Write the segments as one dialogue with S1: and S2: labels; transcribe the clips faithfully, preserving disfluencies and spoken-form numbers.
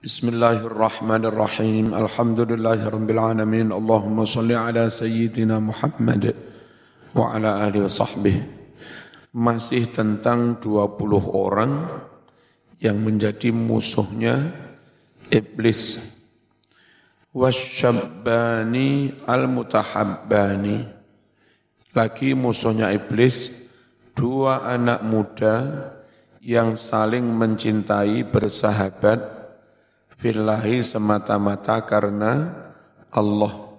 S1: Bismillahirrahmanirrahim. Alhamdulillahirabbil alamin. Allahumma shalli ala sayyidina Muhammad wa ala alihi wa sahbihi. Masih tentang dua puluh orang yang menjadi musuhnya iblis. Wasyabbani al-mutahabbani. Lagi musuhnya iblis, dua anak muda yang saling mencintai, bersahabat fillahi semata-mata karena Allah.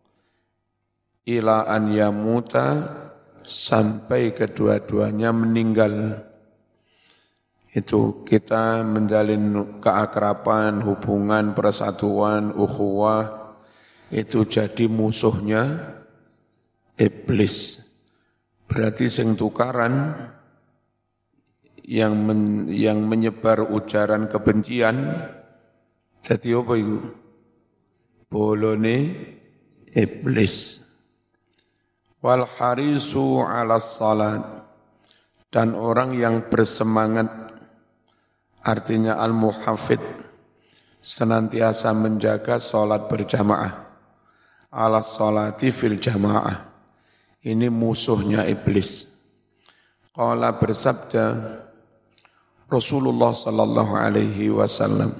S1: Ila an yamuta, sampai kedua-duanya meninggal. Itu kita menjalin keakraban, hubungan, persatuan, ukhuwah, itu jadi musuhnya iblis. Berarti sing tukaran yang men, yang menyebar ujaran kebencian, jadi apa itu? Bolone iblis. Wal harisu ala salat, dan orang yang bersemangat, artinya al-muhafid, senantiasa menjaga salat berjamaah. Ala salati fil jamaah. Ini musuhnya iblis. Qala, bersabda Rasulullah sallallahu alaihi wasallam,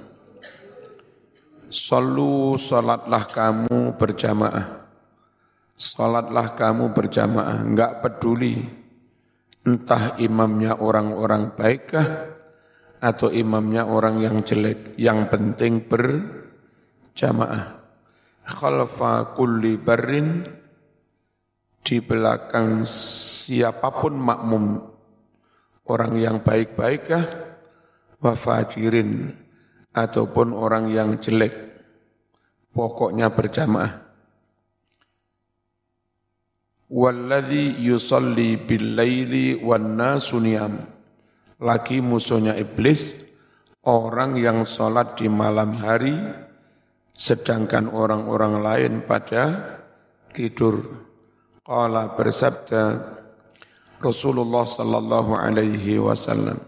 S1: Sallu, salatlah kamu berjamaah. Salatlah kamu berjamaah, enggak peduli entah imamnya orang-orang baikkah atau imamnya orang yang jelek, yang penting berjamaah. Khalfa kulli barrin, di belakang siapapun makmum, orang yang baik-baikkah, wa fajirin, ataupun orang yang jelek, pokoknya berjamaah. Walladzi yusalli bil-laili wan-nasu niyam. Lagi musuhnya iblis, orang yang sholat di malam hari, sedangkan orang-orang lain pada tidur. Qala, bersabda Rasulullah sallallahu alaihi wasallam,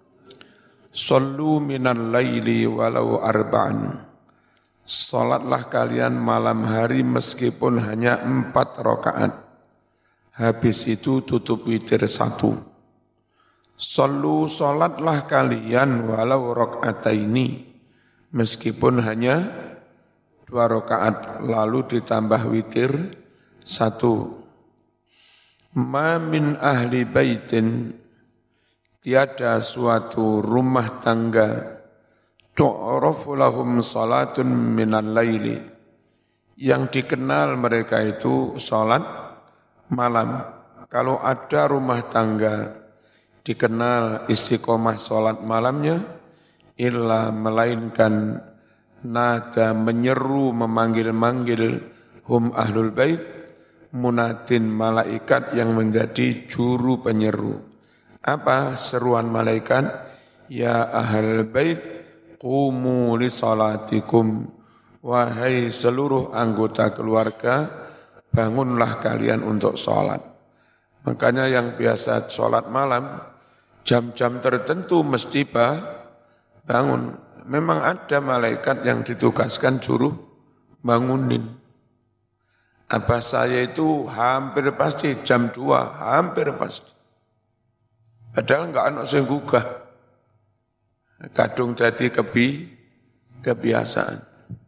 S1: Sallu minal laili walau arba'an. Salatlah kalian malam hari meskipun hanya empat rakaat. Habis itu tutup witir satu. Sallu, salatlah kalian walau raka'ataini, meskipun hanya dua rakaat, lalu ditambah witir satu. Ma min ahli baitin, tiada suatu rumah tangga, tu'rafu lahum salatun minal laili, yang dikenal mereka itu salat malam. Kalau ada rumah tangga dikenal istiqomah salat malamnya, illa melainkan nada menyeru, memanggil-manggil, hum ahlul bait, munatin malaikat yang menjadi juru penyeru. Apa seruan malaikat? Ya ahlal bait, qumu li salatikum. Wahai seluruh anggota keluarga, bangunlah kalian untuk sholat. Makanya yang biasa sholat malam, jam-jam tertentu mesti bangun. Memang ada malaikat yang ditugaskan juru bangunin. Apa saya itu hampir pasti jam dua, hampir pasti. Padahal enggak ada yang gugah. Kadung jadi kebi, kebiasaan.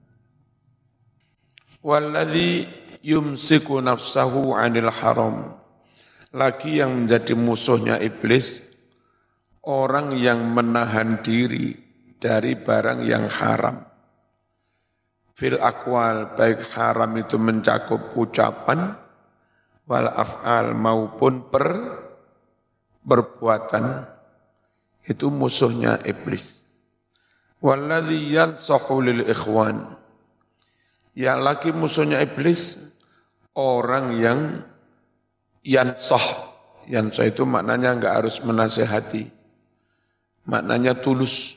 S1: Walladzi yumsiku nafsahu 'anil haram. Lagi yang menjadi musuhnya iblis, orang yang menahan diri dari barang yang haram. Fil aqwal, baik haram itu mencakup ucapan, wal af'al maupun per perbuatan, itu musuhnya iblis. Walladzi yansahu lil ikhwan, yang lagi musuhnya iblis, orang yang yansah. Yansah itu maknanya enggak harus menasihati, maknanya tulus.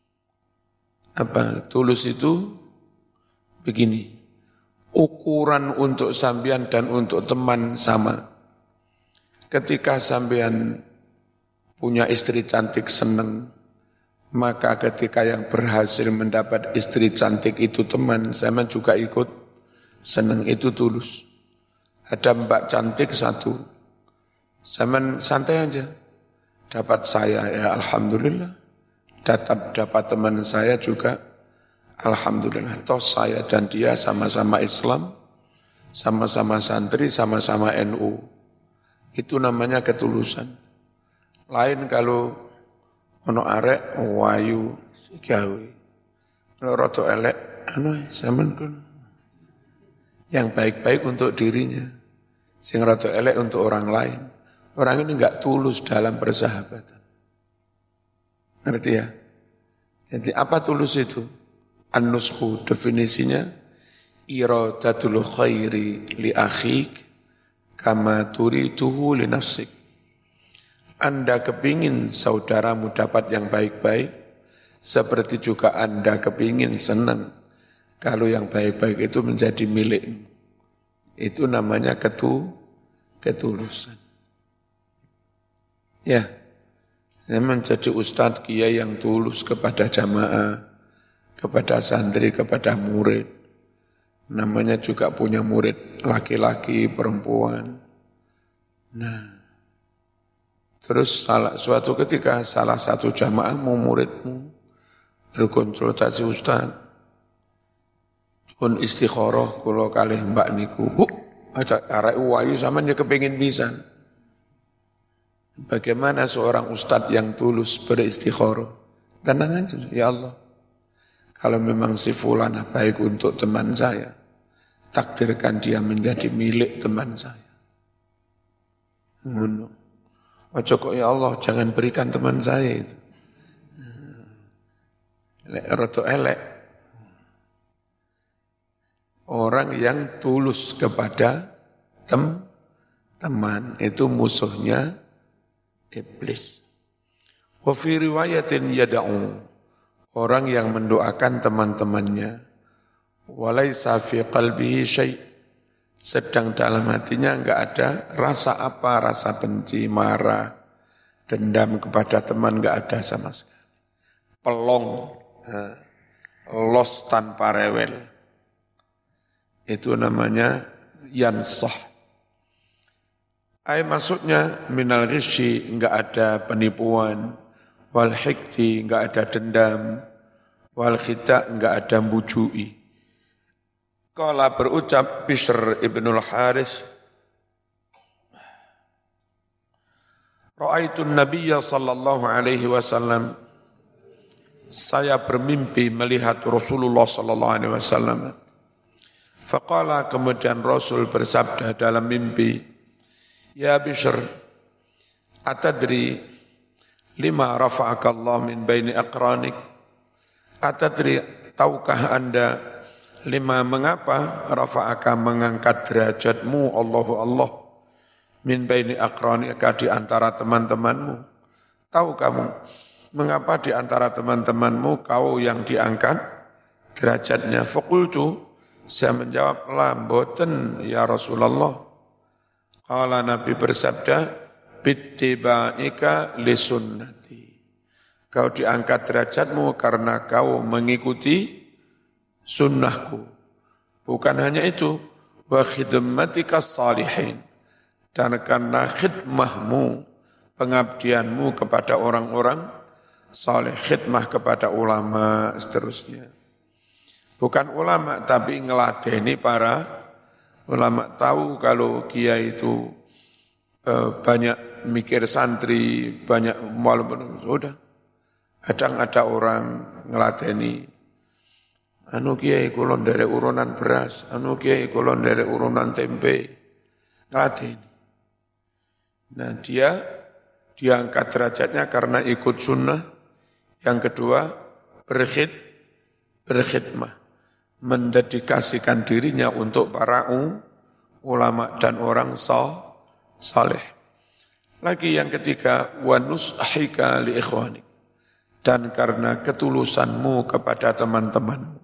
S1: Apa tulus itu? Begini, ukuran untuk sampean dan untuk teman sama. Ketika sampean punya istri cantik seneng, Maka ketika yang berhasil mendapat istri cantik itu teman, saya juga ikut senang, itu tulus. Ada mbak cantik satu, saya santai aja. Dapat saya, ya alhamdulillah. Dapat, dapat teman saya juga, alhamdulillah. Toh saya dan dia sama-sama Islam, sama-sama santri, sama-sama N U. Itu namanya ketulusan. Lain kalau ono arek wayu gawe. Kalau rada elek, anu sampean kun. Yang baik-baik untuk dirinya, sing rada elek untuk orang lain. Orang ini enggak tulus dalam persahabatan. Ngerti ya? Jadi apa tulus itu? An-nushu definisinya iradatul khairi li akhik kama turituhu li nafsik. Anda kepingin saudaramu dapat yang baik-baik, seperti juga Anda kepingin senang kalau yang baik-baik itu menjadi milikmu. Itu namanya ketu, ketulusan. Ya, memang jadi ustadz kiai yang tulus kepada jamaah, kepada santri, kepada murid. Namanya juga punya murid laki-laki, perempuan. Nah, terus salah, suatu ketika salah satu jamaahmu, muridmu, berkonsultasi ustadz, pun istikharah kula kalih mbak niku. Bu, aja arek wayu sampean ya kepengin pisan. Bagaimana seorang ustadz yang tulus beristikharah? Tenang aja, ya Allah. Kalau memang si fulana baik untuk teman saya, takdirkan dia menjadi milik teman saya. Ngono. Ojo kok ya Allah, jangan berikan teman saya itu. Lek roto elek. Orang yang tulus kepada tem, teman itu musuhnya iblis. Wa fi riwayatin yad'u, orang yang mendoakan teman-temannya, walaisa fi qalbihi syai', sedang dalam hatinya enggak ada rasa apa, rasa benci, marah, dendam kepada teman enggak ada sama sekali. Pelong, los tanpa rewel. Itu namanya yansah. Ay maksudnya minal ghishyi, enggak ada penipuan, wal hikti, enggak ada dendam, wal khita, enggak ada mbujui. Qala berucap Bishr ibnul Harith, Ra'aitun Nabiyya sallallahu alaihi wasallam, saya bermimpi melihat Rasulullah sallallahu alaihi wasallam. Faqala, kemudian Rasul bersabda dalam mimpi, Ya Bishr, atadri lima rafa'aka Allah min baini aqranik? Atadri, tahukah Anda lima mengapa rafa'aka mengangkat derajatmu Allahu Allah min baini aqranika di antara teman-temanmu? Tahu kamu mengapa di antara teman-temanmu kau yang diangkat derajatnya? Faqultu, saya menjawab, la mboten ya Rasulullah. Qala, Nabi bersabda, bittiba'ika li sunnati. Kau diangkat derajatmu karena kau mengikuti sunnahku. Bukan hanya itu, wa khidmatika salihin. Dan karena khidmahmu, pengabdianmu kepada orang-orang saleh, khidmah kepada ulama, seterusnya. Bukan ulama, tapi ngeladeni para ulama. Tahu kalau kiai itu eh, banyak mikir santri, banyak walaupun sudah. Kadang ada orang ngeladeni, anu kiai kulon dari urunan beras, anu kiai kulon dari urunan tempe, ngeladeni. Nah dia diangkat derajatnya karena ikut sunnah. Yang kedua, berkhid, berkhidmah, mendedikasikan dirinya untuk para ulama dan orang saleh. Lagi yang ketiga, wa nus'ahika li ikhwanik, dan karena ketulusanmu kepada teman-temanmu.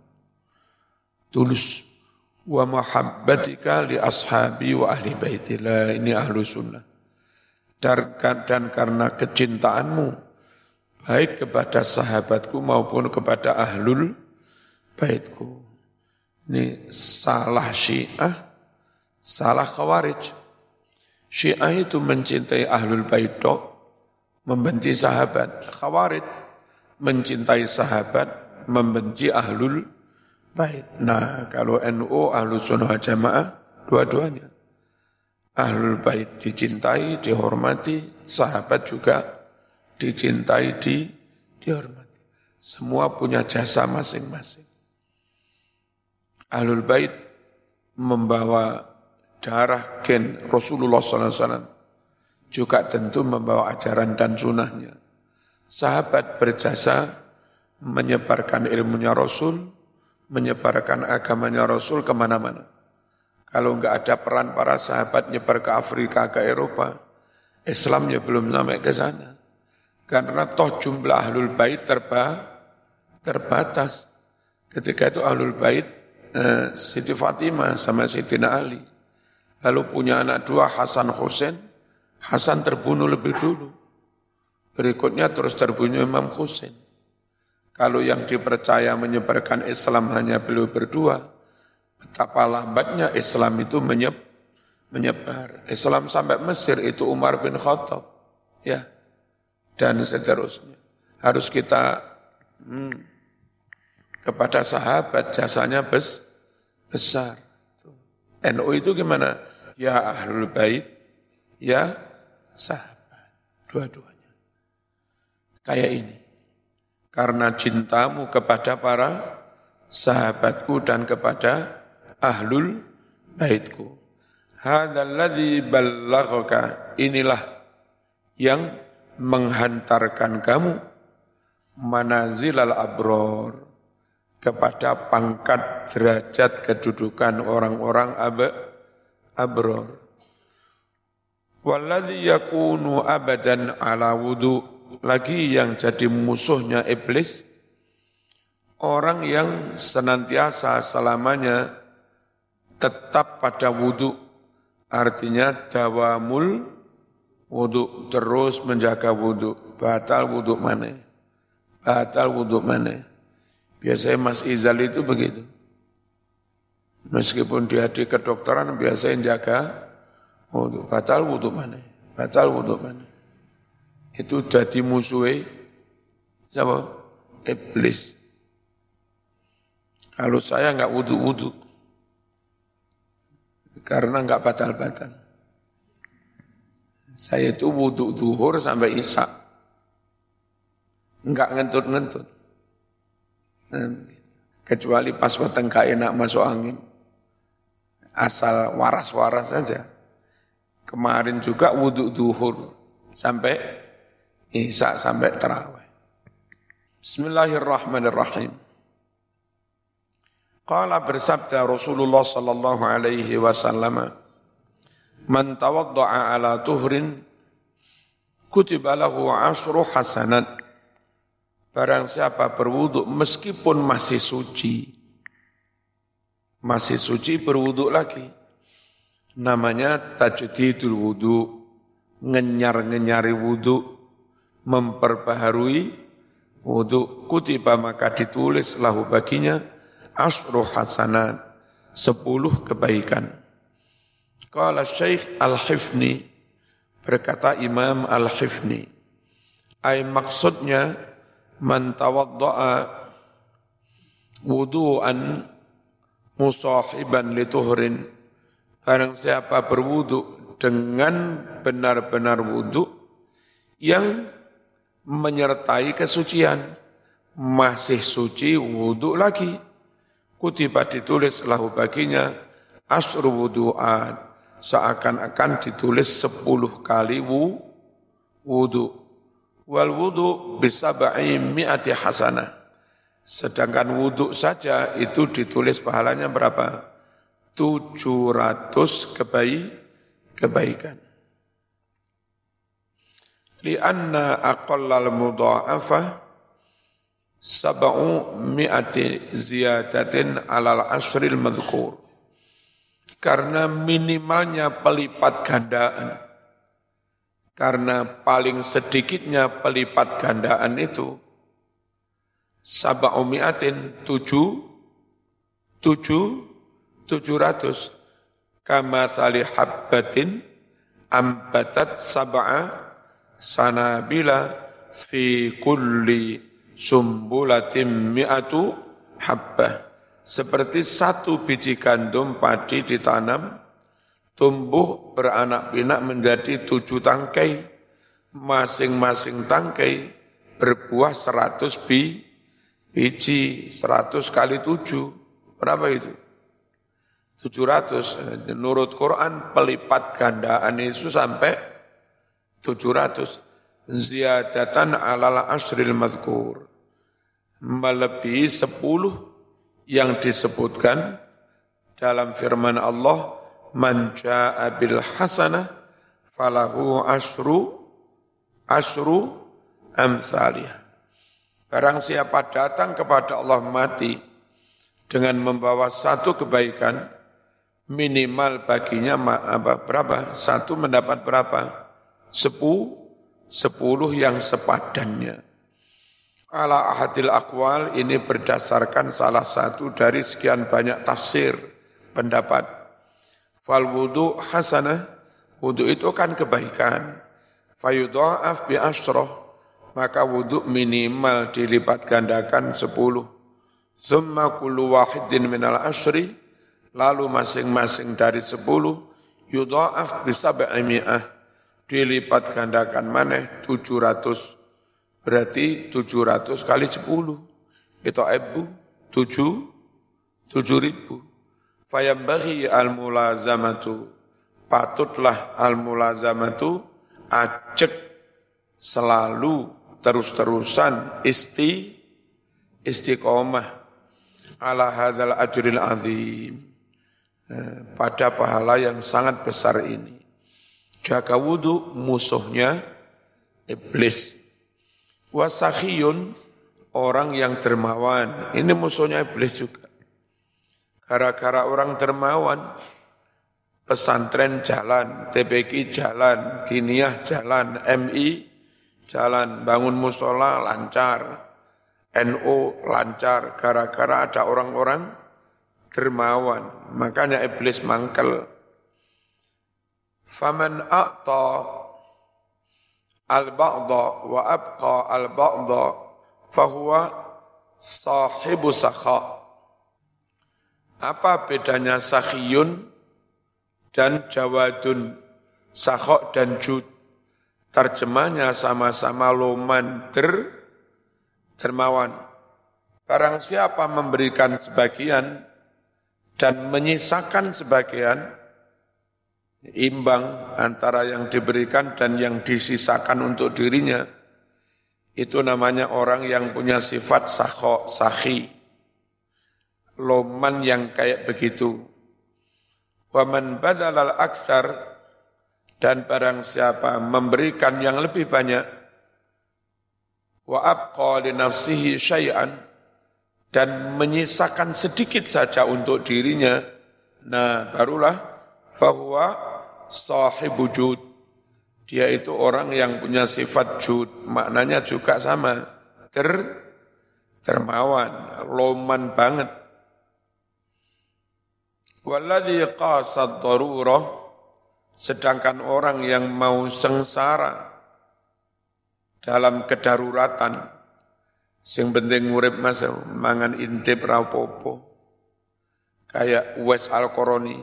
S1: Tulus. Wa mahabbatika li ashabi wa ahli baitillah, ini ahlu sunnah. Dan, dan karena kecintaanmu baik kepada sahabatku maupun kepada ahlul baitku. Ini salah Syiah, salah Khawarij. Syiah itu mencintai ahlul bait, membenci sahabat. Khawarij mencintai sahabat, membenci ahlul bait. Nah, kalau N U Ahlus Sunnah wal Jamaah dua-duanya. Ahlul bait dicintai, dihormati, sahabat juga dicintai, di, dihormati. Semua punya jasa masing-masing. Ahlul bait membawa darah gen Rasulullah sallallahu alaihi wasallam, juga tentu membawa ajaran dan sunnahnya. Sahabat berjasa menyebarkan ilmunya Rasul, menyebarkan agamanya Rasul kemana-mana. Kalau enggak ada peran para sahabat nyebar ke Afrika, ke Eropa, Islamnya belum sampai ke sana. Karena toh jumlah ahlul bait terba, terbatas. Ketika itu ahlul bait, eh, Siti Fatimah sama Sayyidina Ali. Lalu punya anak dua, Hasan Husain. Hasan terbunuh lebih dulu. Berikutnya terus terbunuh Imam Husain. Kalau yang dipercaya menyebarkan Islam hanya beliau berdua, betapa lambatnya Islam itu menyebar. Islam sampai Mesir itu Umar bin Khattab, ya, dan seterusnya. Harus kita hmm, kepada sahabat jasanya bes, besar. N U itu gimana? Ya ahlul bait, ya sahabat, dua-duanya. Kayak ini. Karena cintamu kepada para sahabatku dan kepada ahlul baitku. Hadzal ladzi ballaghaka, inilah yang menghantarkan kamu manazilal abror, kepada pangkat derajat kedudukan orang-orang ab abror. Walladzi yakunu abadan ala wudu, lagi yang jadi musuhnya iblis, orang yang senantiasa selamanya tetap pada wudu, artinya dawamul wudu, terus menjaga wudu. Batal wudu mana? Batal wudu mana? Biasanya Mas Izal itu begitu. Meskipun dia di kedokteran, biasanya jaga wudu. Batal wudu mana? Batal wudu mana? Itu jadi musuhnya siapa? Iblis. Kalau saya enggak wudu-wudu, karena enggak batal-batal. Saya itu wudu duhur sampai isya, enggak ngentut-ngentut. Kecuali pas weteng gak enak masuk angin, asal waras-waras saja. Kemarin juga wudu duhur sampai isya, sampai tarawih. Bismillahirrahmanirrahim. Qala, bersabda Rasulullah sallallahu alaihi wasallam, man tawadda'a ala tuhrin kutiba lahu asyru hasanat. Barang siapa berwuduk meskipun masih suci, masih suci berwuduk lagi, namanya tajdidul wudu, ngenyar-ngenyari wudu, memperbaharui wudu. Kutiba, maka ditulis lahu baginya asyru hasanat, sepuluh kebaikan. Qala Syekh Al-Hifni, berkata Imam Al-Hifni, ay maksudnya man tawadda'a wudu'an musahiban lituhrin, barang siapa berwudu dengan benar-benar wudu yang menyertai kesucian, masih suci wudu lagi, kutiba ditulis lahu baginya asyru wudu'an, seakan-akan ditulis sepuluh kali wu, wudu. Wal wudu bisaba'i mi'ati hasanah. Sedangkan wudu saja itu ditulis pahalanya berapa? tujuh ratus kebaik, kebaikan. Lianna aqallal mudha'afah sab'u mi'ati ziyadatin alal asril madhkur. Karena minimalnya pelipat gandaan Karena paling sedikitnya pelipat gandaan itu sab'u mi'atin tujuh tujuh tujuh ratus kama sali habbatin ambatat sab'a sanabila fi kulli sumbulatin mi'atu habbah. Seperti satu biji gandum padi ditanam, tumbuh beranak pinak menjadi tujuh tangkai, masing-masing tangkai berbuah seratus bi, biji, seratus kali tujuh, berapa itu? tujuh ratus, menurut Quran pelipat gandaan itu sampai tujuh ratus, ziyadatan alal ashril madhkur, melebihi sepuluh yang disebutkan dalam firman Allah, man jaa bil hasanah falahu asyru asyru amsalih. Barang siapa datang kepada Allah mati dengan membawa satu kebaikan, minimal baginya apa, berapa? Satu mendapat berapa? Sepuluh, sepuluh yang sepadannya. Ala ahadil aqwal, ini berdasarkan salah satu dari sekian banyak tafsir pendapat. Fal wudu hasanah, wudu itu kan kebaikan. Fayudha'af bi asyrah, maka wudu minimal dilipat gandakan sepuluh. Thumma kullu wahidin minal asyri, lalu masing-masing dari sepuluh, yudha'af bi sab'i mi'ah, dilipat gandakan maneh tujuh ratus. Berarti tujuh ratus kali sepuluh, itu ebu, tujuh, tujuh ribu. Fayambaghi al-mulazamatu, patutlah al-mulazamatu, acek selalu terus-terusan isti istiqomah ala hadzal ajril azim, pada pahala yang sangat besar ini. Jaga wudu musuhnya iblis. Wasakhiyun, orang yang dermawan, ini musuhnya iblis juga. Gara-gara orang dermawan, pesantren jalan, T P Q jalan, diniyah jalan, M I jalan, bangun musola lancar, N U lancar, gara-gara ada orang-orang dermawan. Makanya iblis mangkel. Faman a'ta al-ba'da wa abqa al-ba'da fahuwa sahibu sakha. Apa bedanya sakhiyun dan jawadun? Sakha dan jud, terjemahnya sama-sama loman, der, dermawan. Barang siapa memberikan sebagian dan menyisakan sebagian, imbang antara yang diberikan dan yang disisakan untuk dirinya, itu namanya orang yang punya sifat sakho, sakhi, loman yang kayak begitu. Wa man bazalal aksar, dan barang siapa memberikan yang lebih banyak, wa abqa li nafsihi syai'an, dan menyisakan sedikit saja untuk dirinya, nah barulah fahuwa sahibu jud, dia itu orang yang punya sifat jud, maknanya juga sama, der, dermawan, loman banget. Walladzi qasad darurah, sedangkan orang yang mau sengsara dalam kedaruratan, sing penting ngurip mas, mangan intip rapopo, kayak Uwais Al-Qarani,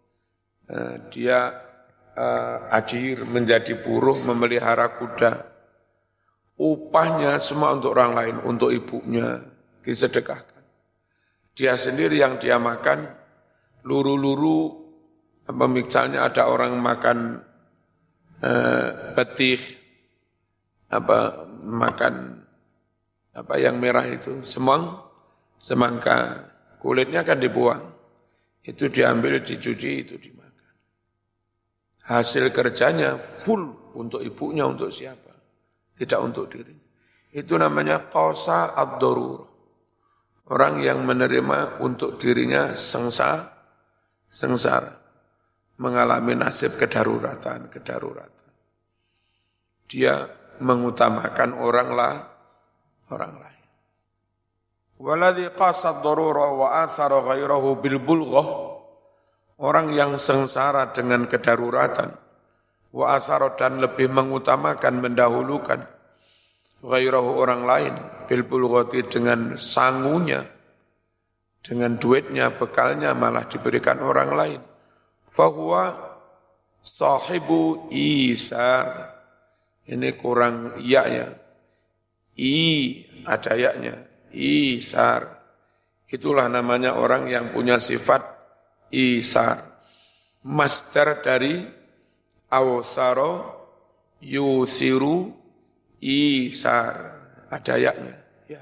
S1: dia uh, ajir menjadi buruh memelihara kuda, upahnya semua untuk orang lain, untuk ibunya disedekahkan, dia sendiri yang dia makan luru-luru, apa misalnya ada orang makan uh, betih, apa makan apa yang merah itu, semang, semangka, kulitnya kan dibuang, itu diambil, dicuci, itu dimakan. Hasil kerjanya full untuk ibunya, untuk siapa? Tidak untuk dirinya. Itu namanya qasa ad-darur. Orang yang menerima untuk dirinya sengsara, sengsara, mengalami nasib kedaruratan, kedaruratan. dia mengutamakan orang lah, orang lain. Waladhi qasad darura wa athara ghairahu bil bulghah, orang yang sengsara dengan kedaruratan, wa athara dan lebih mengutamakan, mendahulukan ghairahu orang lain, bil bulghati dengan sangunya, dengan duitnya, bekalnya malah diberikan orang lain. Fahuwa sahibu isar. Ini kurang iya ya. I ada yaknya. Isar. Itulah namanya orang yang punya sifat isar. Masdar dari awsaro yusiru isar. Ada yaknya. Ya.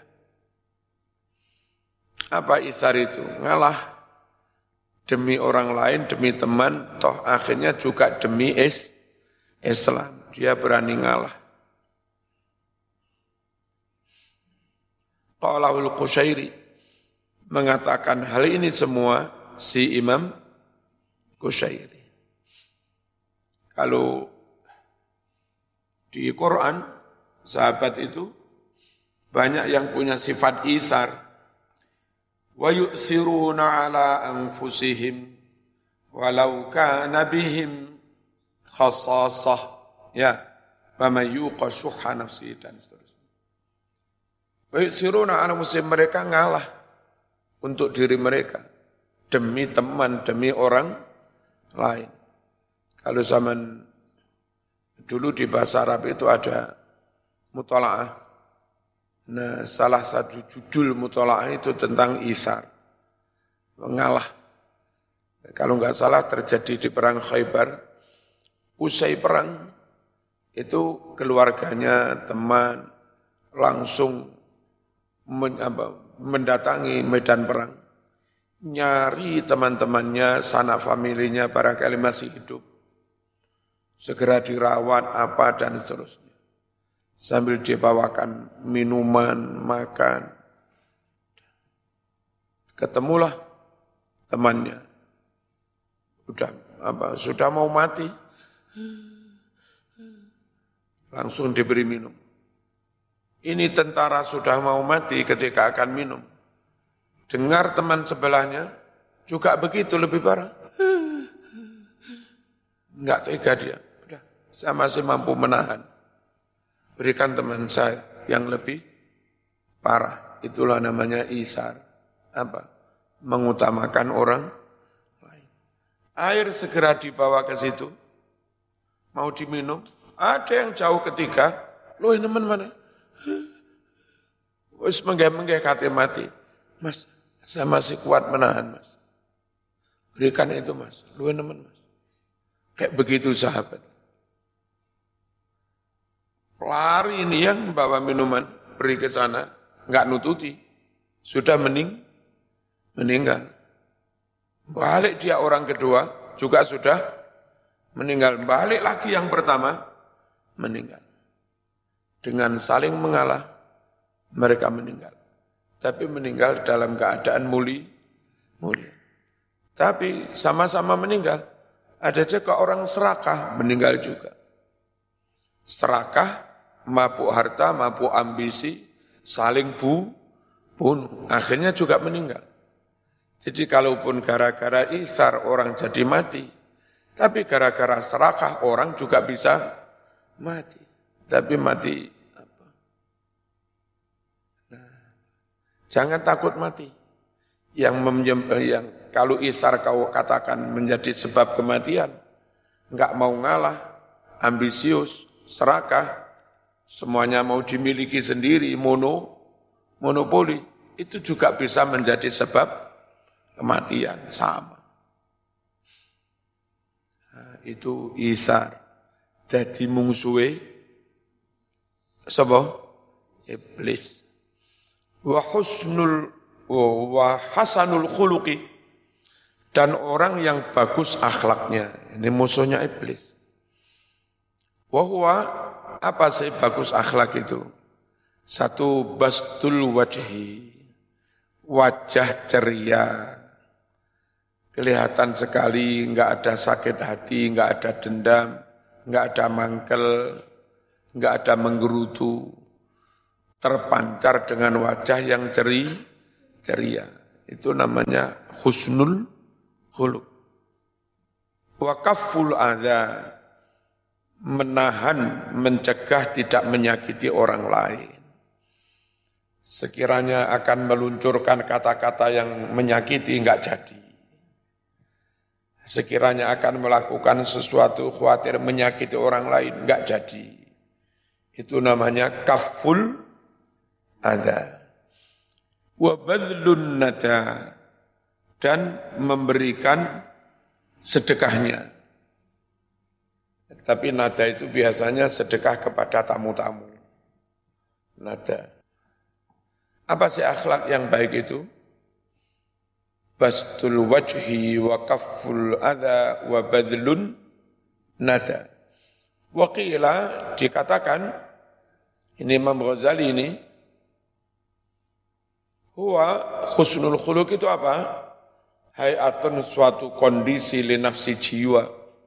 S1: Apa isar itu? Ngalah demi orang lain, demi teman, toh akhirnya juga demi is, Islam. Dia berani ngalah. Qalahul Qushairi mengatakan hal ini semua si Imam Qushairi. Kalau di Quran, sahabat itu banyak yang punya sifat isar. Wa yu'siruna ala anfusihim walau kana bihim khassasah. Ya, wa may yuqa syuhha nafsihi dan seterusnya. Wa yu'siruna ala anfusihim, mereka ngalah untuk diri mereka demi teman, demi orang lain. Kalau zaman dulu di bahasa Arab itu ada mutola'ah. Nah, salah satu judul mutola'ah itu tentang isar, mengalah. Kalau enggak salah terjadi di perang Khaybar, usai perang itu keluarganya, teman langsung men, apa, mendatangi medan perang, nyari teman-temannya, sanak familinya barangkali masih hidup, segera dirawat apa dan seterusnya. Sambil dibawakan minuman, makan. Ketemulah temannya. Sudah apa? Sudah mau mati. Langsung diberi minum. Ini tentara sudah mau mati ketika akan minum. Dengar teman sebelahnya juga begitu, lebih parah. Enggak tega dia. Udah, saya masih mampu menahan. Berikan teman saya yang lebih parah. Itulah namanya isar. Apa? Mengutamakan orang lain. Air segera dibawa ke situ. Mau diminum. Ada yang jauh ketiga. Loh, teman mana? Wis menggeh-menggeh kate mati. Mas, saya masih kuat menahan, Mas. Berikan itu, Mas. Loh, teman, Mas. Kayak begitu sahabat. Lari ini yang membawa minuman, pergi ke sana, enggak nututi. Sudah mening, meninggal. Balik dia orang kedua, juga sudah meninggal. Balik lagi yang pertama, meninggal. Dengan saling mengalah, mereka meninggal. Tapi meninggal dalam keadaan muli, mulia. Tapi sama-sama meninggal. Ada juga orang serakah, meninggal juga. Serakah, mabuk harta, mabuk ambisi, saling bu, bunuh. Akhirnya juga meninggal. Jadi kalaupun gara-gara isar orang jadi mati, tapi gara-gara serakah orang juga bisa mati. Tapi mati apa? Nah, jangan takut mati. Yang, mem- yang kalau isar kau katakan menjadi sebab kematian, enggak mau ngalah, ambisius, serakah, semuanya mau dimiliki sendiri, mono, monopoli, itu juga bisa menjadi sebab kematian, sama. Nah, itu isar, jadi mungsuhe, sapa? Iblis. Wa husnul wa hasanul khuluqi, dan orang yang bagus akhlaknya, ini musuhnya iblis. Wahwa, apa sih bagus akhlak itu? Satu, bastul wajhi, wajah ceria, kelihatan sekali, enggak ada sakit hati, enggak ada dendam, enggak ada mangkel, enggak ada menggerutu, terpancar dengan wajah yang ceri, ceria. Itu namanya husnul khuluq. Wa kafful adza, menahan, mencegah tidak menyakiti orang lain. Sekiranya akan meluncurkan kata-kata yang menyakiti, enggak jadi. Sekiranya akan melakukan sesuatu khawatir menyakiti orang lain, enggak jadi. Itu namanya kafful adza. Wa badlun nada, dan memberikan sedekahnya. Tapi nada itu biasanya sedekah kepada tamu-tamu. Nada. Apa sih akhlak yang baik itu? Bastul wajhi wa kafful adha wa badlun nada. Waqila, dikatakan, ini Imam Ghazali ini, huwa husnul khuluq itu apa? Hayatun, suatu kondisi li nafsi jiwa.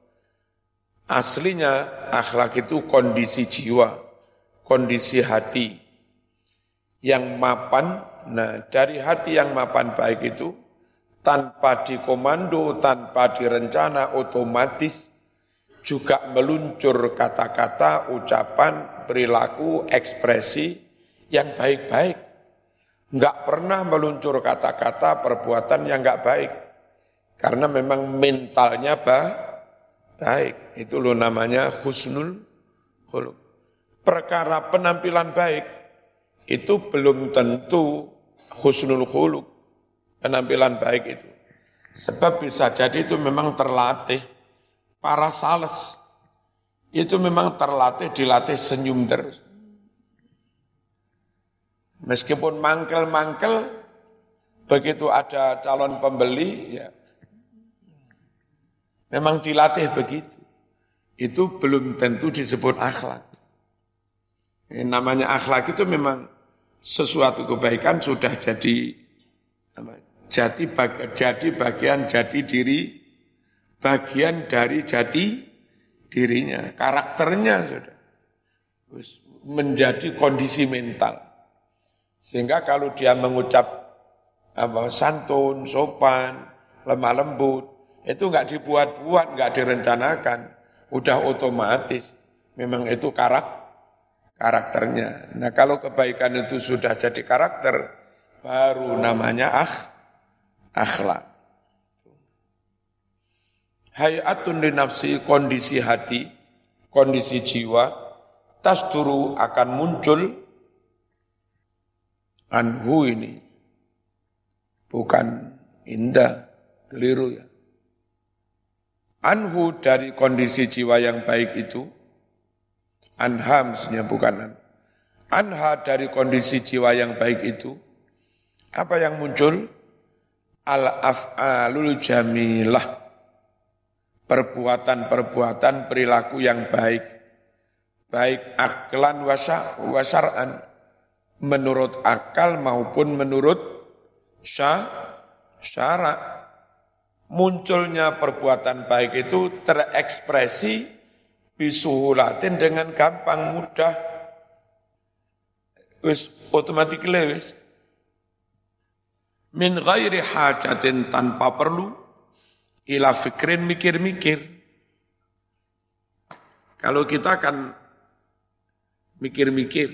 S1: Aslinya akhlak itu kondisi jiwa, kondisi hati yang mapan. Nah, dari hati yang mapan baik itu, tanpa dikomando, tanpa direncana, otomatis juga meluncur kata-kata, ucapan, perilaku, ekspresi yang baik-baik. Enggak pernah meluncur kata-kata, perbuatan yang enggak baik. Karena memang mentalnya bah, baik. Itu loh namanya husnul khuluq. Perkara penampilan baik, itu belum tentu husnul khuluq. Penampilan baik itu. Sebab bisa jadi itu memang terlatih. Para sales, itu memang terlatih, dilatih senyum terus. Meskipun mangkel-mangkel, begitu ada calon pembeli, ya memang dilatih begitu. Itu belum tentu disebut akhlak. Ini namanya akhlak itu memang sesuatu kebaikan sudah jadi jati bag, jadi bagian jati diri, bagian dari jati dirinya, karakternya sudah menjadi kondisi mental. Sehingga kalau dia mengucap apa, santun, sopan, lemah lembut, itu enggak dibuat-buat, enggak direncanakan, udah otomatis. Memang itu karak, karakternya. Nah kalau kebaikan itu sudah jadi karakter, baru namanya ah, akhlak. Hayatun li nafsi, kondisi hati, kondisi jiwa, tasduru akan muncul, anhu ini bukan indah, keliru ya. Anhu dari kondisi jiwa yang baik itu, anha mestinya bukan an. Anha dari kondisi jiwa yang baik itu, apa yang muncul? Al-af'alul jamilah, perbuatan-perbuatan perilaku yang baik, baik aklan wa syar'an, menurut akal maupun menurut syara. Munculnya perbuatan baik itu terekspresi bisuhulatin dengan gampang, mudah. Wis otomatis wis. Min ghairi hajatin, tanpa perlu, ila fikrin, mikir-mikir. Kalau kita kan mikir-mikir,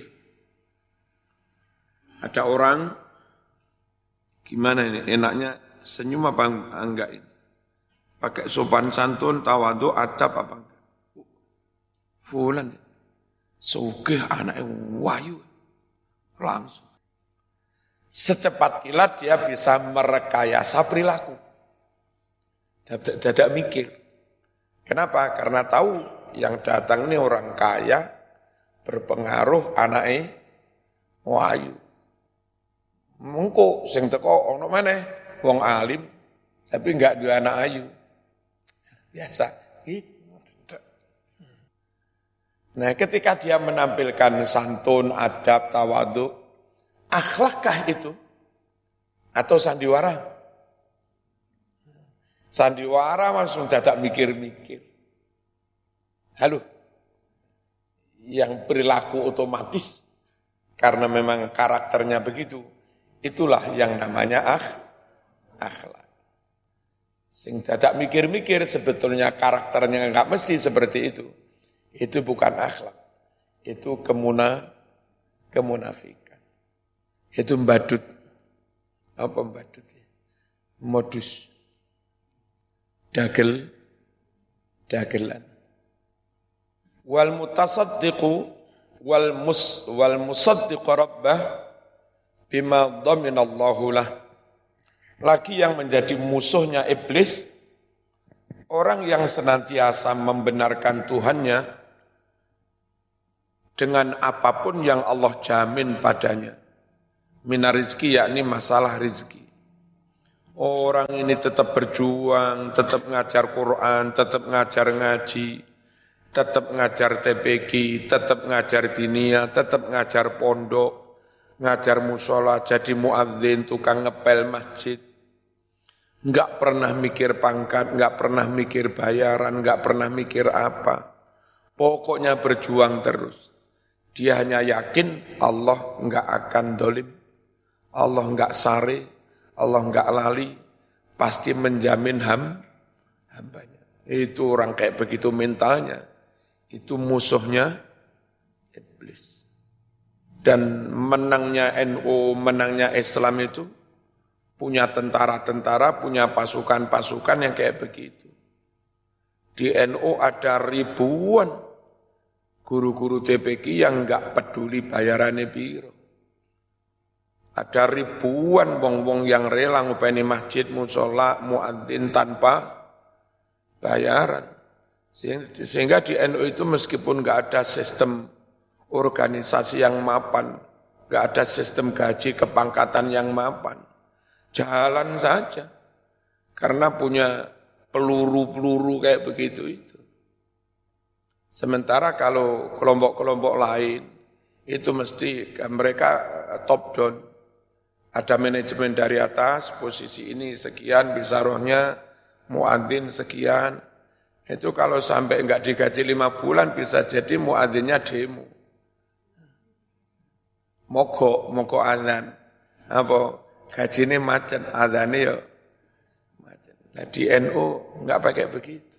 S1: ada orang, gimana ini, enaknya senyum apa enggak ini? Pakai sopan santun, tawadhu, adab apa enggak? Fulan, sugih anaknya wahyu, langsung. Secepat kilat dia bisa merekayasa perilaku. Dadak mikir. Kenapa? Karena tahu yang datang ini orang kaya, berpengaruh, anaknya wahyu. Mengko sing teko ono maneh wong alim tapi enggak duwe anak ayu. Biasa. Nah, ketika dia menampilkan santun, adab, tawadhu, akhlakkah itu atau sandiwara? Sandiwara langsung dadak mikir-mikir. Halo. yang perilaku otomatis karena memang karakternya begitu. Itulah yang namanya akh, akhlak. Sing dadak mikir-mikir sebetulnya karakternya enggak mesti seperti itu. Itu bukan akhlak. Itu kemuna, kemunafikan. Itu mbadut. Apa mbadut ya? Modus. Dagel, dagelan. Wal mutasaddiqu wal mus wal musaddiqu rabbah bima dhaminallahu lah. Lagi yang menjadi musuhnya iblis, orang yang senantiasa membenarkan Tuhannya dengan apapun yang Allah jamin padanya. Minar rizki, yakni masalah rizki. Orang ini tetap berjuang, tetap ngajar Quran, tetap ngajar ngaji, tetap ngajar T P Q, tetap ngajar diniyah, tetap ngajar pondok, ngajar musola, jadi muadzin, tukang ngepel masjid. Enggak pernah mikir pangkat, enggak pernah mikir bayaran, enggak pernah mikir apa. Pokoknya berjuang terus. Dia hanya yakin Allah enggak akan dolim, Allah enggak sare, Allah enggak lali, pasti menjamin ham, hambanya. Itu orang kayak begitu mentalnya. Itu musuhnya iblis. Dan menangnya N U, menangnya Islam itu punya tentara-tentara, punya pasukan-pasukan yang kayak begitu. Di N U ada ribuan guru-guru T P Q yang enggak peduli bayarannya biro. Ada ribuan wong-wong yang rela ngupeni masjid, musola, muadzin tanpa bayaran. Sehingga di N U itu meskipun enggak ada sistem organisasi yang mapan, enggak ada sistem gaji kepangkatan yang mapan, jalan saja. Karena punya peluru-peluru kayak begitu itu. Sementara kalau kelompok-kelompok lain, itu mesti mereka top down. Ada manajemen dari atas, posisi ini sekian, bisa rohnya, muadzin sekian. Itu kalau sampai enggak digaji lima bulan, bisa jadi muadzinnya demo. Mogok, mogok azan. Apa? Gaji ini macet, azannya ya macet. Nah di N U enggak pakai begitu.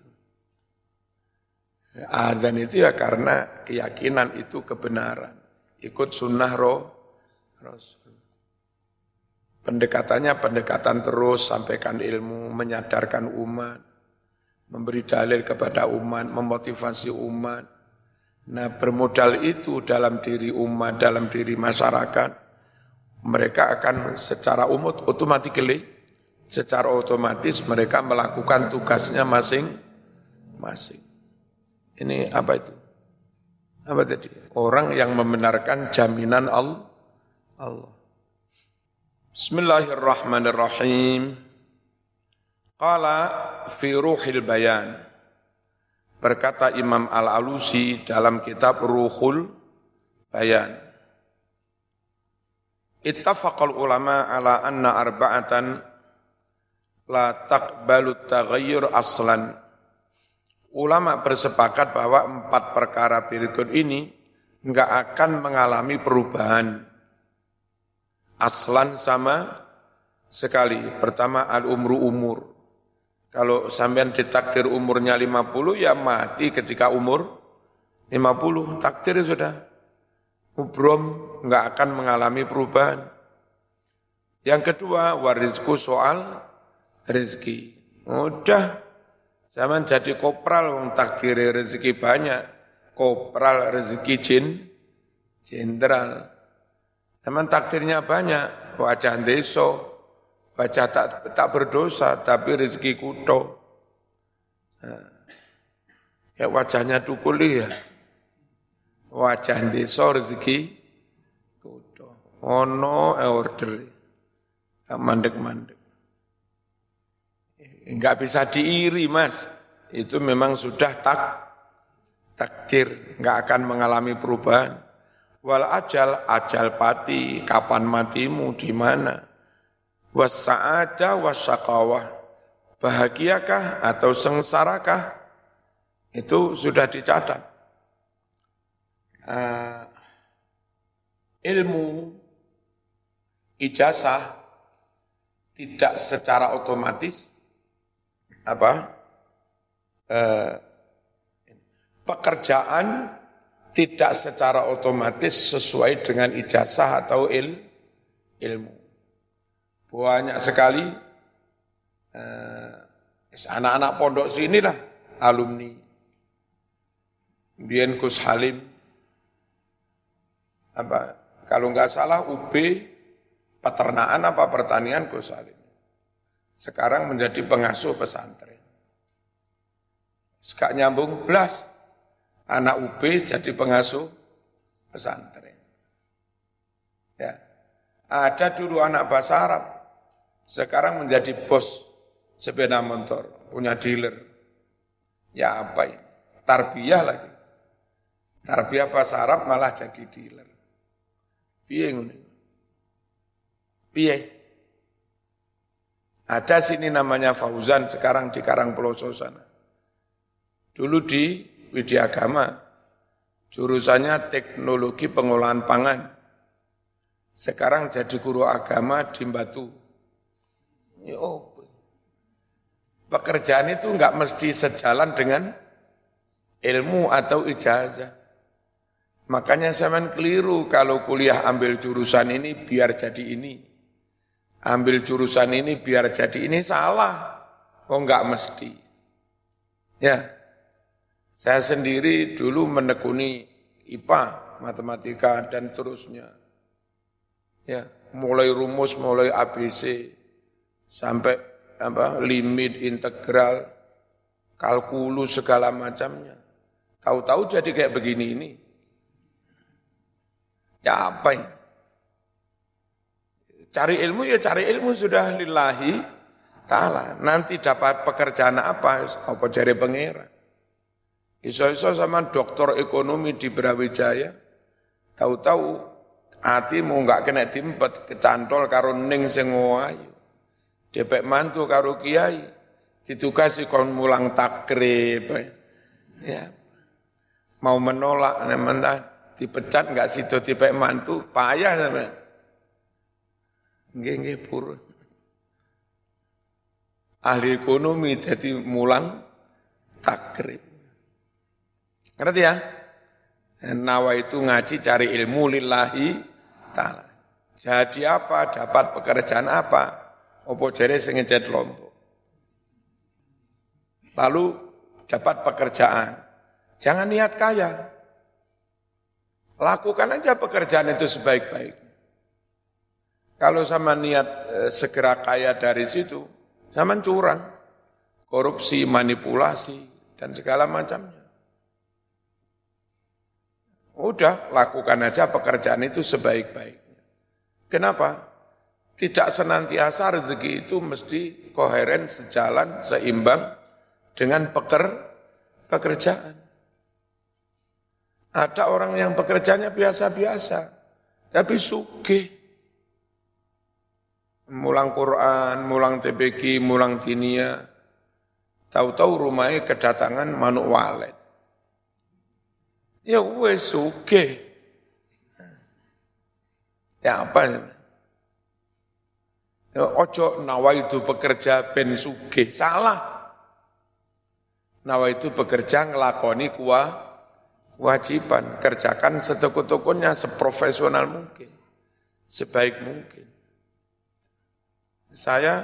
S1: Azan itu ya karena keyakinan itu kebenaran. Ikut sunnah roh, Rasul. Pendekatannya pendekatan terus, sampaikan ilmu, menyadarkan umat, memberi dalil kepada umat, memotivasi umat. Nah bermodal itu dalam diri umat, dalam diri masyarakat, mereka akan secara umum automatically, secara otomatis mereka melakukan tugasnya masing-masing. Ini apa itu? Apa tadi? Orang yang membenarkan jaminan Allah. Allah. Bismillahirrahmanirrahim. Qala fi ruhil bayan. Berkata Imam Al-Alusi dalam kitab Ruhul Bayan. Ittafaqal ulama ala anna arba'atan la taqbalu taghayyur aslan. Ulama bersepakat bahwa empat perkara berikut ini enggak akan mengalami perubahan. Aslan sama sekali. Pertama al-umru umur. Kalau sampean ditakdir umurnya lima puluh, ya mati ketika umur lima puluh. Takdir sudah. Ubrom enggak akan mengalami perubahan. Yang kedua, warizku soal rezeki. Udah, zaman jadi kopral, wong takdir rezeki banyak. Kopral rezeki jin, jenderal. Zaman takdirnya banyak, wajah deso, wajah tak, tak berdosa, tapi rezeki kuto. Nah, ya wajahnya tukuli ya. Wajah deso rezeki kuto. Ono order. Mandek-mandek. Enggak bisa diiri mas. Itu memang sudah tak takdir. Enggak akan mengalami perubahan. Wal ajal, ajal pati, kapan matimu, di mana? Wassa'ada wassaqawah, bahagiakah atau sengsarakah? Itu sudah dicatat. uh, ilmu ijazah tidak secara otomatis apa uh, pekerjaan tidak secara otomatis sesuai dengan ijazah atau il, ilmu. Banyak sekali uh, anak-anak pondok sini lah alumni. Kemudian Gus Halim, apa kalau nggak salah U B peternakan apa pertanian Gus Halim. Sekarang menjadi pengasuh pesantren. Sekak nyambung belas anak U B jadi pengasuh pesantren. Ya, ada dulu anak bahasa Arab, sekarang menjadi bos sepeda motor, punya dealer. Ya apa ini? Tarbiyah lagi. Tarbiyah bahasa Arab malah jadi dealer. Piye ngene? Piye? Ada sini namanya Fauzan, sekarang di Karangploso sana. Dulu di Widya Agama, jurusannya teknologi pengolahan pangan. Sekarang jadi guru agama di Batu. Ya, oh. Pekerjaan itu enggak mesti sejalan dengan ilmu atau ijazah. Makanya zaman keliru kalau kuliah ambil jurusan ini biar jadi ini. Ambil jurusan ini biar jadi ini, salah. Oh enggak mesti. Ya, saya sendiri dulu menekuni I P A, matematika dan terusnya. Ya, mulai rumus, mulai A B C sampai apa limit, integral, kalkulus segala macamnya. Tahu-tahu jadi kayak begini ini. Ya apa ini? Cari ilmu ya cari ilmu sudah lillahi ta'ala. Nanti dapat pekerjaan apa? Apa cari pangeran. Iso-iso sama doktor ekonomi di Brawijaya. Tahu-tahu hati mau enggak kena timpet, kecantol karo ning sing ayu. Depek mantu karo kiai. Ditugasi kon mulang takrib. Ya. Mau menolak namanya dipecat enggak sido dipek mantu, payah sampean. Nggih nggih purun. Ahli ekonomi jadi mulang takrib. Ngerti ya? Nawa itu ngaji cari ilmu lillahi ta'ala. Jadi apa? Dapat pekerjaan apa? Opo jere sing ngecat lombok. Lalu dapat pekerjaan. Jangan niat kaya. Lakukan aja pekerjaan itu sebaik-baiknya. Kalau sama niat e, segera kaya dari situ, sama curang, korupsi, manipulasi, dan segala macamnya. Udah, lakukan aja pekerjaan itu sebaik-baiknya. Kenapa? Tidak senantiasa rezeki itu mesti koheren, sejalan, seimbang dengan peker, pekerjaan. Ada orang yang pekerjaannya biasa-biasa, tapi sugih. Mulang Quran, mulang T B G, mulang dinia. Tahu-tahu rumahnya kedatangan manuk walet. Ya wes sugih. Ya apa? Ya, ojo nawa itu bekerja ben sugih. Salah. Nawa itu bekerja ngelakoni kuah. Kewajiban, kerjakan setekuk-tekuknya, seprofesional mungkin, sebaik mungkin. Saya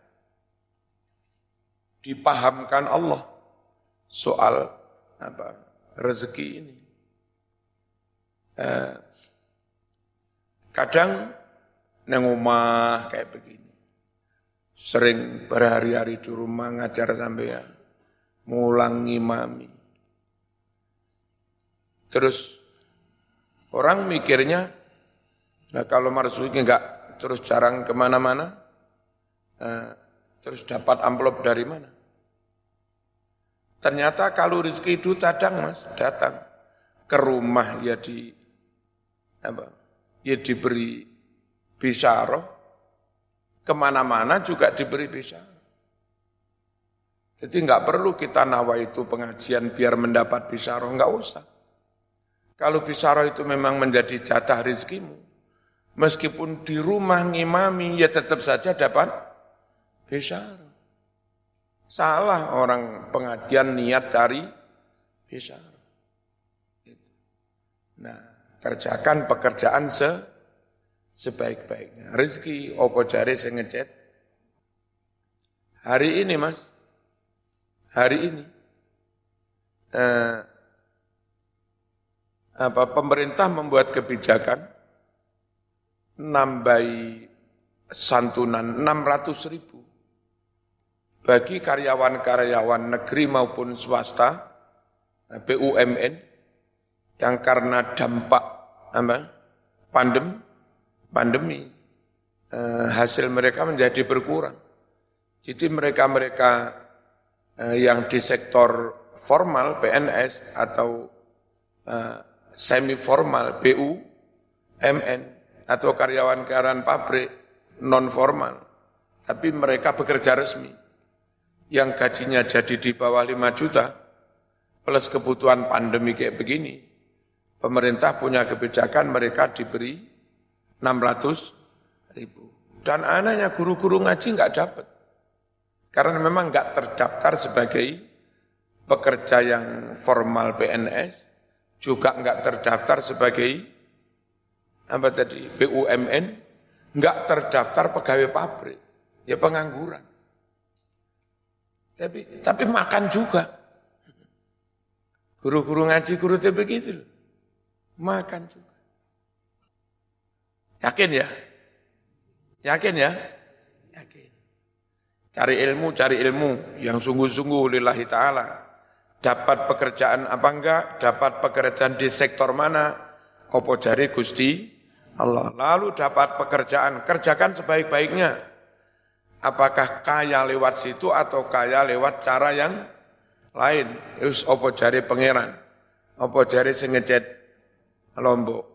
S1: dipahamkan Allah soal apa rezeki ini. Eh, kadang nang omah kayak begini, sering berhari-hari di rumah ngajar sampean, mulang ngimami. Terus orang mikirnya, nah kalau Marzuki enggak terus jarang kemana-mana, eh, terus dapat amplop dari mana? Ternyata kalau rezeki itu kadang mas datang ke rumah ya di apa? Ya diberi bisyarah, kemana-mana juga diberi bisyarah. Jadi enggak perlu kita nawa itu pengajian biar mendapat bisyarah, enggak usah. Kalau bisyarah itu memang menjadi jatah rezekimu, meskipun di rumah ngimami, ya tetap saja dapat bisyarah. Salah orang pengajian niat cari bisyarah. Nah, kerjakan pekerjaan se sebaik-baiknya. Rezeki opo jare sing ngecet. Hari ini Mas, hari ini eh, apa pemerintah membuat kebijakan nambahi santunan enam ratus ribu bagi karyawan-karyawan negeri maupun swasta B U M N yang karena dampak apa, pandem, pandemi eh, hasil mereka menjadi berkurang. Jadi mereka-mereka eh, yang di sektor formal P N S atau eh, semi formal B U M N atau karyawan-karyawan pabrik non formal, tapi mereka bekerja resmi, yang gajinya jadi di bawah lima juta, plus kebutuhan pandemi kayak begini, pemerintah punya kebijakan mereka diberi enam ratus ribu. Dan anaknya guru-guru ngaji nggak dapat, karena memang nggak terdaftar sebagai pekerja yang formal P N S, juga nggak terdaftar sebagai apa tadi B U M N, nggak terdaftar pegawai pabrik, ya pengangguran. Tapi tapi makan juga. Guru-guru ngaji, guru T B begitu loh. Makan juga. Yakin ya? Yakin ya? Yakin. Cari ilmu, cari ilmu yang sungguh-sungguh lillahi ta'ala. Dapat pekerjaan apa enggak? Dapat pekerjaan di sektor mana? Opo jari Gusti Allah. Lalu dapat pekerjaan, kerjakan sebaik-baiknya. Apakah kaya lewat situ atau kaya lewat cara yang lain? Yus opo jari pangeran, opo jari sing ngecet Lombok.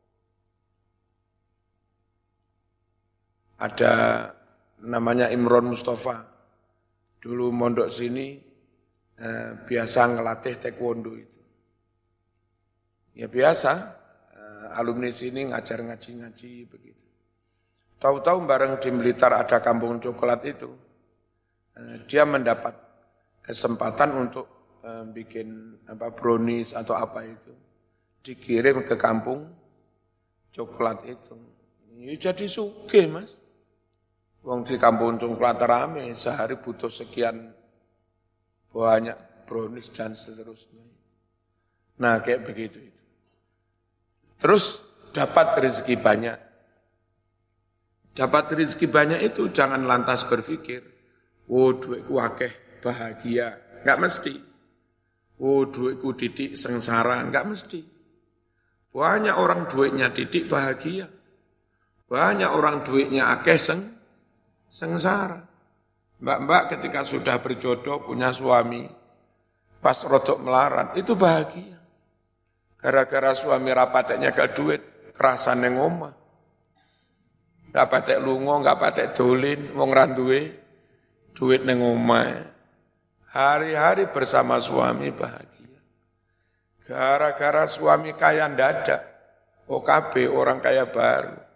S1: Ada namanya Imron Mustafa. Dulu mondok sini eh, biasa ngelatih taekwondo itu. Ya biasa, eh, alumni sini ngajar ngaji-ngaji begitu. Tahu-tahu bareng di Blitar ada kampung coklat itu, eh, dia mendapat kesempatan untuk eh, bikin apa brownies atau apa itu, dikirim ke kampung coklat itu. Ya jadi sugih Mas. Wong di kampung coklat rame, sehari butuh sekian banyak brownies dan seterusnya. Nah kayak begitu itu. Terus dapat rezeki banyak. Dapat rezeki banyak itu jangan lantas berpikir, oh duitku akeh bahagia. Enggak mesti. Oh duitku didik sengsara. Enggak mesti. Banyak orang duitnya didik bahagia. Banyak orang duitnya akeh seng sengsara. Mbak-mbak ketika sudah berjodoh punya suami, pas rodok melarat, itu bahagia. Gara-gara suami rapateknya ke duit, kerasan yang omah. Gak patek lungo, gak patek dolin, wong randuwe, duit neng omah. Hari-hari bersama suami bahagia. Gara-gara suami kaya ndadak, O K B orang kaya baru.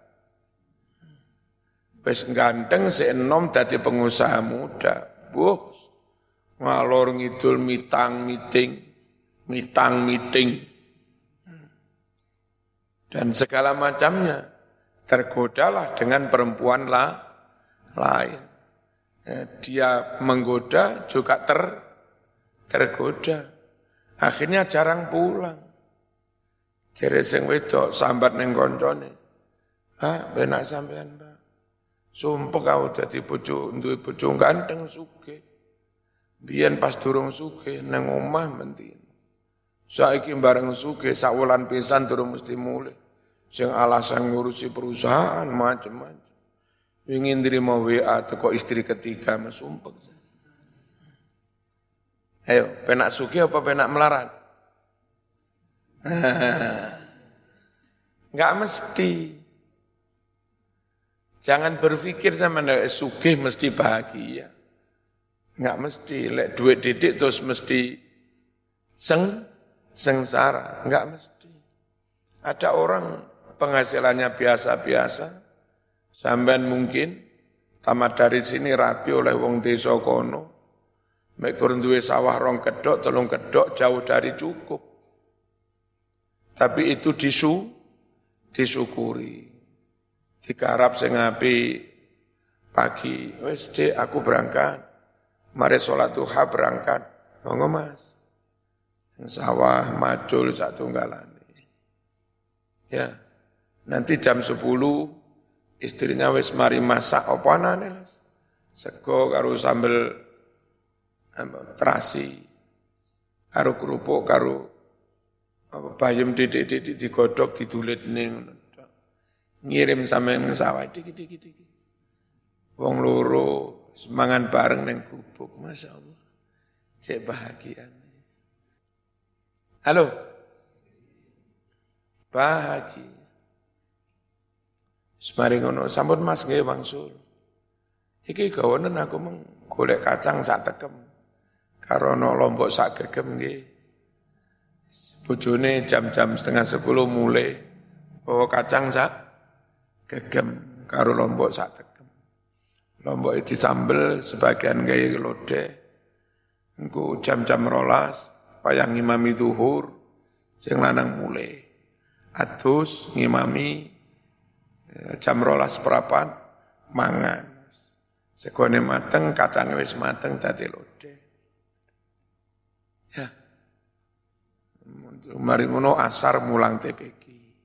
S1: Wis ganteng seenom dadi pengusaha muda. Wuh, ngalor ngidul mitang miting, mitang miting. Dan segala macamnya. Tergodalah dengan perempuan lah, lain. Dia menggoda juga ter, tergoda. Akhirnya jarang pulang. Jere sing wedok sambat ning koncone. Ah, benak sampean, Pak. Sumpah kau dadi bojo, duwe bojo ganteng sugih. Biyen pas durung sugih nang omah mentin. Saiki bareng sugih sak wulan pisan durung mesti mulih. Sing alasan ngurusi perusahaan macam-macam. Ingin nerima W A teko istri ketiga mas sumpah. Ayo, penak sugih apa penak melarat? Enggak mesti. Jangan berpikir sama sugih mesti bahagia. Enggak mesti. Lek duit didik terus mesti seng, sengsara. Enggak mesti. Ada orang penghasilannya biasa-biasa, sampean mungkin tamat dari sini rapi oleh wong desa kono, mek kur duwe sawah rong kedok, telung kedok jauh dari cukup. Tapi itu disu, disyukuri. Digarap sing apik pagi, wis Dik aku berangkat. Mari sholat duha berangkat. Monggo Mas. Sawah macul sak tunggalane. Ya. Nanti jam sepuluh istrinya wis mari masak apa anane, sego karo sambel terasi, karo kerupuk, karo apa bayam didik-didik digodhog didulit ning ngirim sampean nang sawah dikit-dikit. Wong loro semangan bareng ning gubuk, masyaallah. Cek bahagia. Halo. Bahagia. Semari ngono, sampun Mas nggih wangsul. Iki gawonen aku meng golek kacang sak tekem. Karono lombok sak gegem nggih. Bojone jam-jam setengah sepuluh mulai bawa kacang sak gegem karo lombok sak tekem. Lombok itu sambel sebagian gawe lodeh. Engko jam-jam rolas payah ngimami zuhur sing lanang mulai. Adus ngimami jam rolas perapan mangan. Segone mateng kacang wis mateng dadi lodeh. Ya. Mari ngono asar mulang T P G.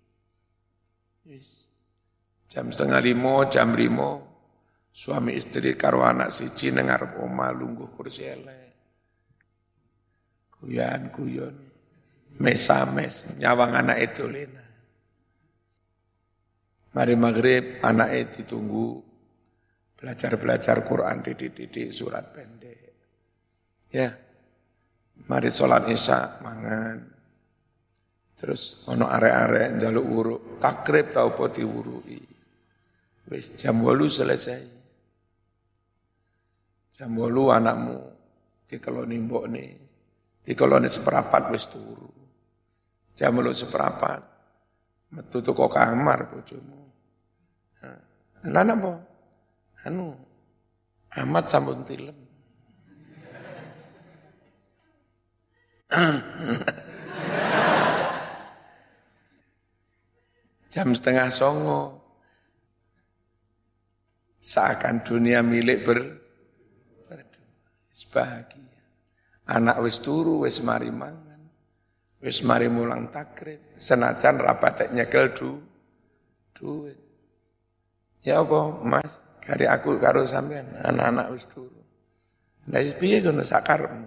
S1: Yes. Jam setengah limo, jam limo, suami istri karo anak siji nang ngarep omah lungguh kursi elek. Guyan-guyon, mes-mes, nyawang anak itu lena. Mari maghrib, anaknya ditunggu belajar-belajar Quran, didik-didik surat pendek. Ya, mari sholat isya, mangan. Terus ono arek-arek njaluk wuruk, takrib tau apa diwuruki. Wis jam wolu selesai. Jam wolu anakmu dikeloni mbokne, dikeloni seperapat wis turu. Jam wolu seperapat metu teko kamar bojomu. Lah napa? Anu amat sampun tilem. Jam setengah songo, seakan dunia milik ber, berdua. Bahagia. Anak wis turu, wis mari mangan, wis mari mulang takrib, senajan rapatek nyekel du, duit. Ya apa, Mas, kari aku karo sampean, anak-anak wis turu. Lah piye ngono sakarepmu?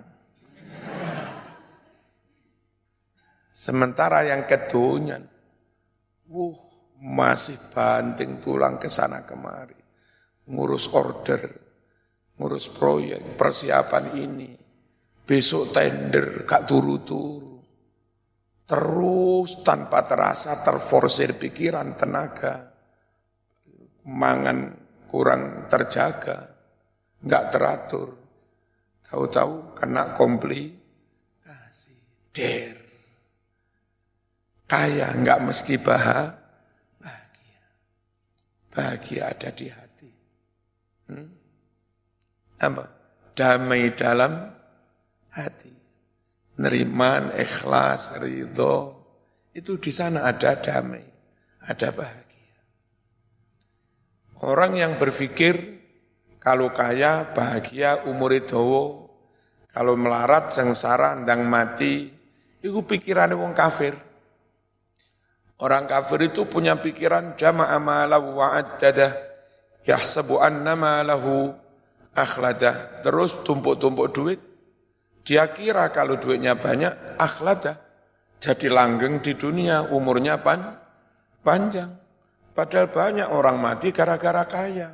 S1: Sementara yang kedonyan, wuh, masih banting tulang ke sana kemari. Ngurus order, ngurus proyek, persiapan ini. Besok tender, gak turu-turu. Terus tanpa terasa terforsir pikiran, tenaga. Mangan kurang terjaga, gak teratur. Tahu-tahu kena komplikasi. Der. Kaya enggak mesti bahagia. Bahagia ada di hati. Hmm? Apa? Damai dalam hati. Neriman, ikhlas, ridho. Itu di sana ada damai, ada bahagia. Orang yang berpikir kalau kaya, bahagia, umur dawa, kalau melarat, sengsara, ndang mati, itu pikirannya wong kafir. Orang kafir itu punya pikiran jama'a malahu wa'addadah, yahsabu anna malahu akhladah. Terus tumpuk-tumpuk duit, dia kira kalau duitnya banyak, akhladah. Jadi langgeng di dunia, umurnya pan, panjang. Padahal banyak orang mati gara-gara kaya.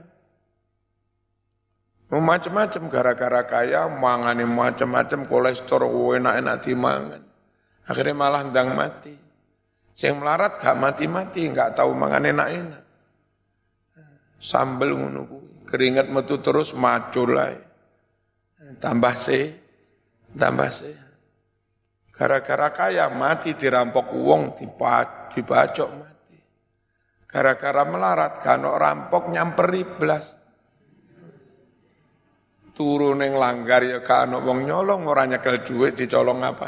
S1: Macam-macam gara-gara kaya, mangane macam-macam, kolesterol enak-enak dimangan. Akhirnya malah ndang mati. Yang melarat gak mati-mati, gak tahu mangan enak-enak. Sambel ngono kuwi, keringat metu terus macul ae. Tambah se, tambah sehat. Gara-gara kaya mati dirampok uang, dibacok mati. Gara-gara melarat kanok rampok nyamperi belas. Turun yang langgar ya kanok wong nyolong, orang nyekel duit dicolong apa?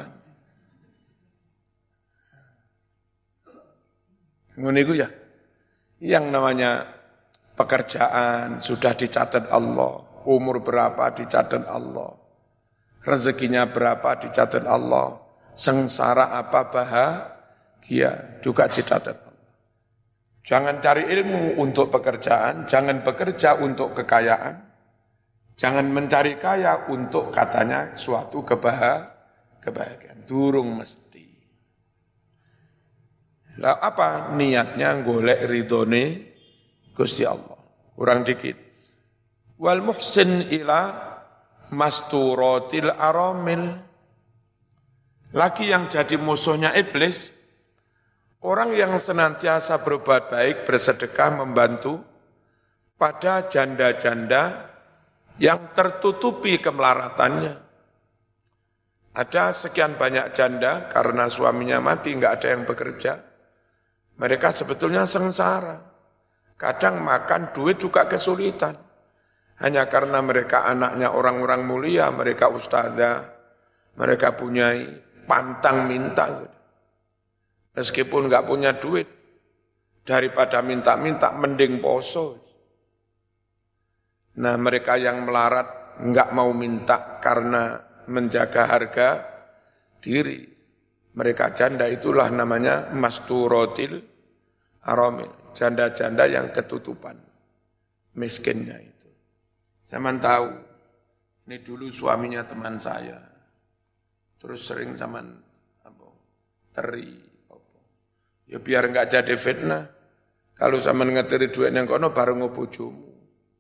S1: Ngono iku ya. Yang namanya pekerjaan sudah dicatat Allah, umur berapa dicatat Allah, rezekinya berapa dicatat Allah, sengsara apa bahagia juga dicatat Allah. Jangan cari ilmu untuk pekerjaan, jangan bekerja untuk kekayaan, jangan mencari kaya untuk katanya suatu kebahagiaan. Durung mesti. Lah apa niatnya golek ridhone Gusti Allah. Kurang dikit. Wal muhsin ila masturatil aramil. Lagi yang jadi musuhnya iblis, orang yang senantiasa berbuat baik, bersedekah, membantu pada janda-janda yang tertutupi kemelaratannya. Ada sekian banyak janda karena suaminya mati, enggak ada yang bekerja. Mereka sebetulnya sengsara. Kadang makan duit juga kesulitan. Hanya karena mereka anaknya orang-orang mulia, mereka ustadzah, mereka punya pantang minta. Meskipun enggak punya duit, daripada minta-minta mending poso. Nah mereka yang melarat enggak mau minta karena menjaga harga diri. Mereka janda itulah namanya masturatil aramil, janda-janda yang ketutupan miskinnya itu. Zaman tahu, ini dulu suaminya teman saya, terus sering zaman apa, teri, apa. Ya biar enggak jadi fitnah, kalau zaman ngeteri duit yang kono baru ngobojomu.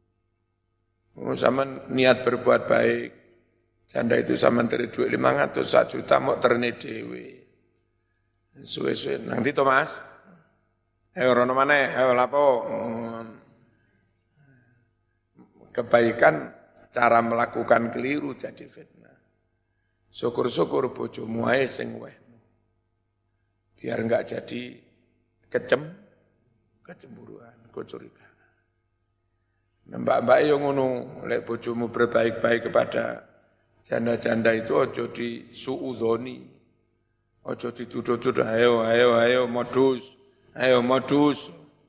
S1: Zaman niat berbuat baik, janda itu zaman teri duit lima ratus, satu juta mau terni dewe. Suwe-suwe, nanti Thomas, ayo rono maneh, ayo lapo. Kebaikan cara melakukan keliru jadi fitnah. Syukur-syukur bojomu ae sing wehmu. Biar enggak jadi kecem, kecemburuan, kecurigaan. Mbak-mbak yang ngono, lek bojomu berbaik-baik kepada janda-janda itu ojo disuudzoni. Ojo dituduh-tuduh, ayo, ayo, ayo, modus. Ayo modus.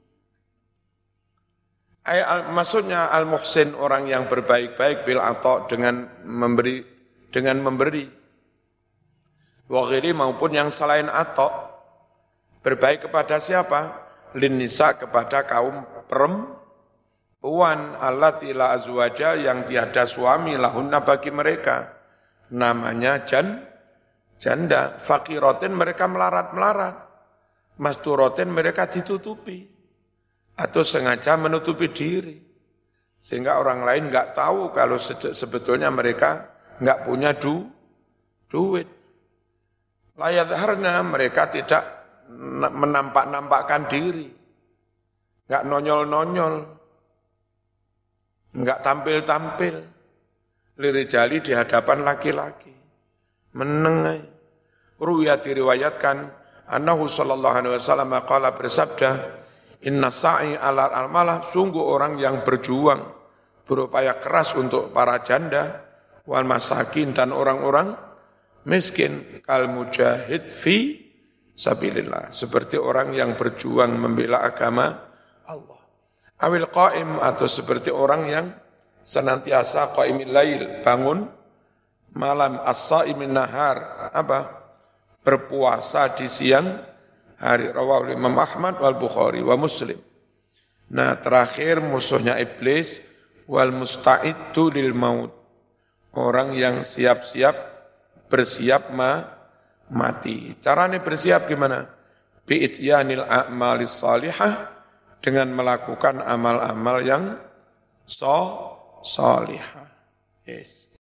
S1: Ay, al, maksudnya al-muhsin orang yang berbaik-baik bil ata dengan memberi dengan memberi. Wa ghairi maupun yang selain ata. Berbaik kepada siapa? Lin nisa kepada kaum perempuan allati la azwaja yang tiada suami lahunna bagi mereka. Namanya jan janda, fakiratin mereka melarat-melarat. Masturatin mereka ditutupi atau sengaja menutupi diri sehingga orang lain enggak tahu kalau sebetulnya mereka enggak punya du, duit. Layadharna mereka tidak menampak-nampakkan diri, enggak nonyol-nonyol, enggak tampil-tampil, lirijali di hadapan laki-laki, menengai. Ruya diriwayatkan Annahu sallallahu alaihi wasallam qala bersabda, inna sa'i ala al-malah, sungguh orang yang berjuang, berupaya keras untuk para janda, wal masakin dan orang-orang miskin, kal mujahid fi sabilillah, seperti orang yang berjuang membela agama Allah. Awil qaim, atau seperti orang yang senantiasa qaimil lail, bangun malam, as-saimin nahar, apa? Berpuasa di siang hari. Rawahu Imam Ahmad wal Bukhari wa Muslim. Nah terakhir musuhnya iblis wal musta'iddu lil maut. Orang yang siap-siap bersiap ma, mati. Caranya bersiap gimana? Bi'ityanil a'malis salihah, dengan melakukan amal-amal yang so, salihah. Yes.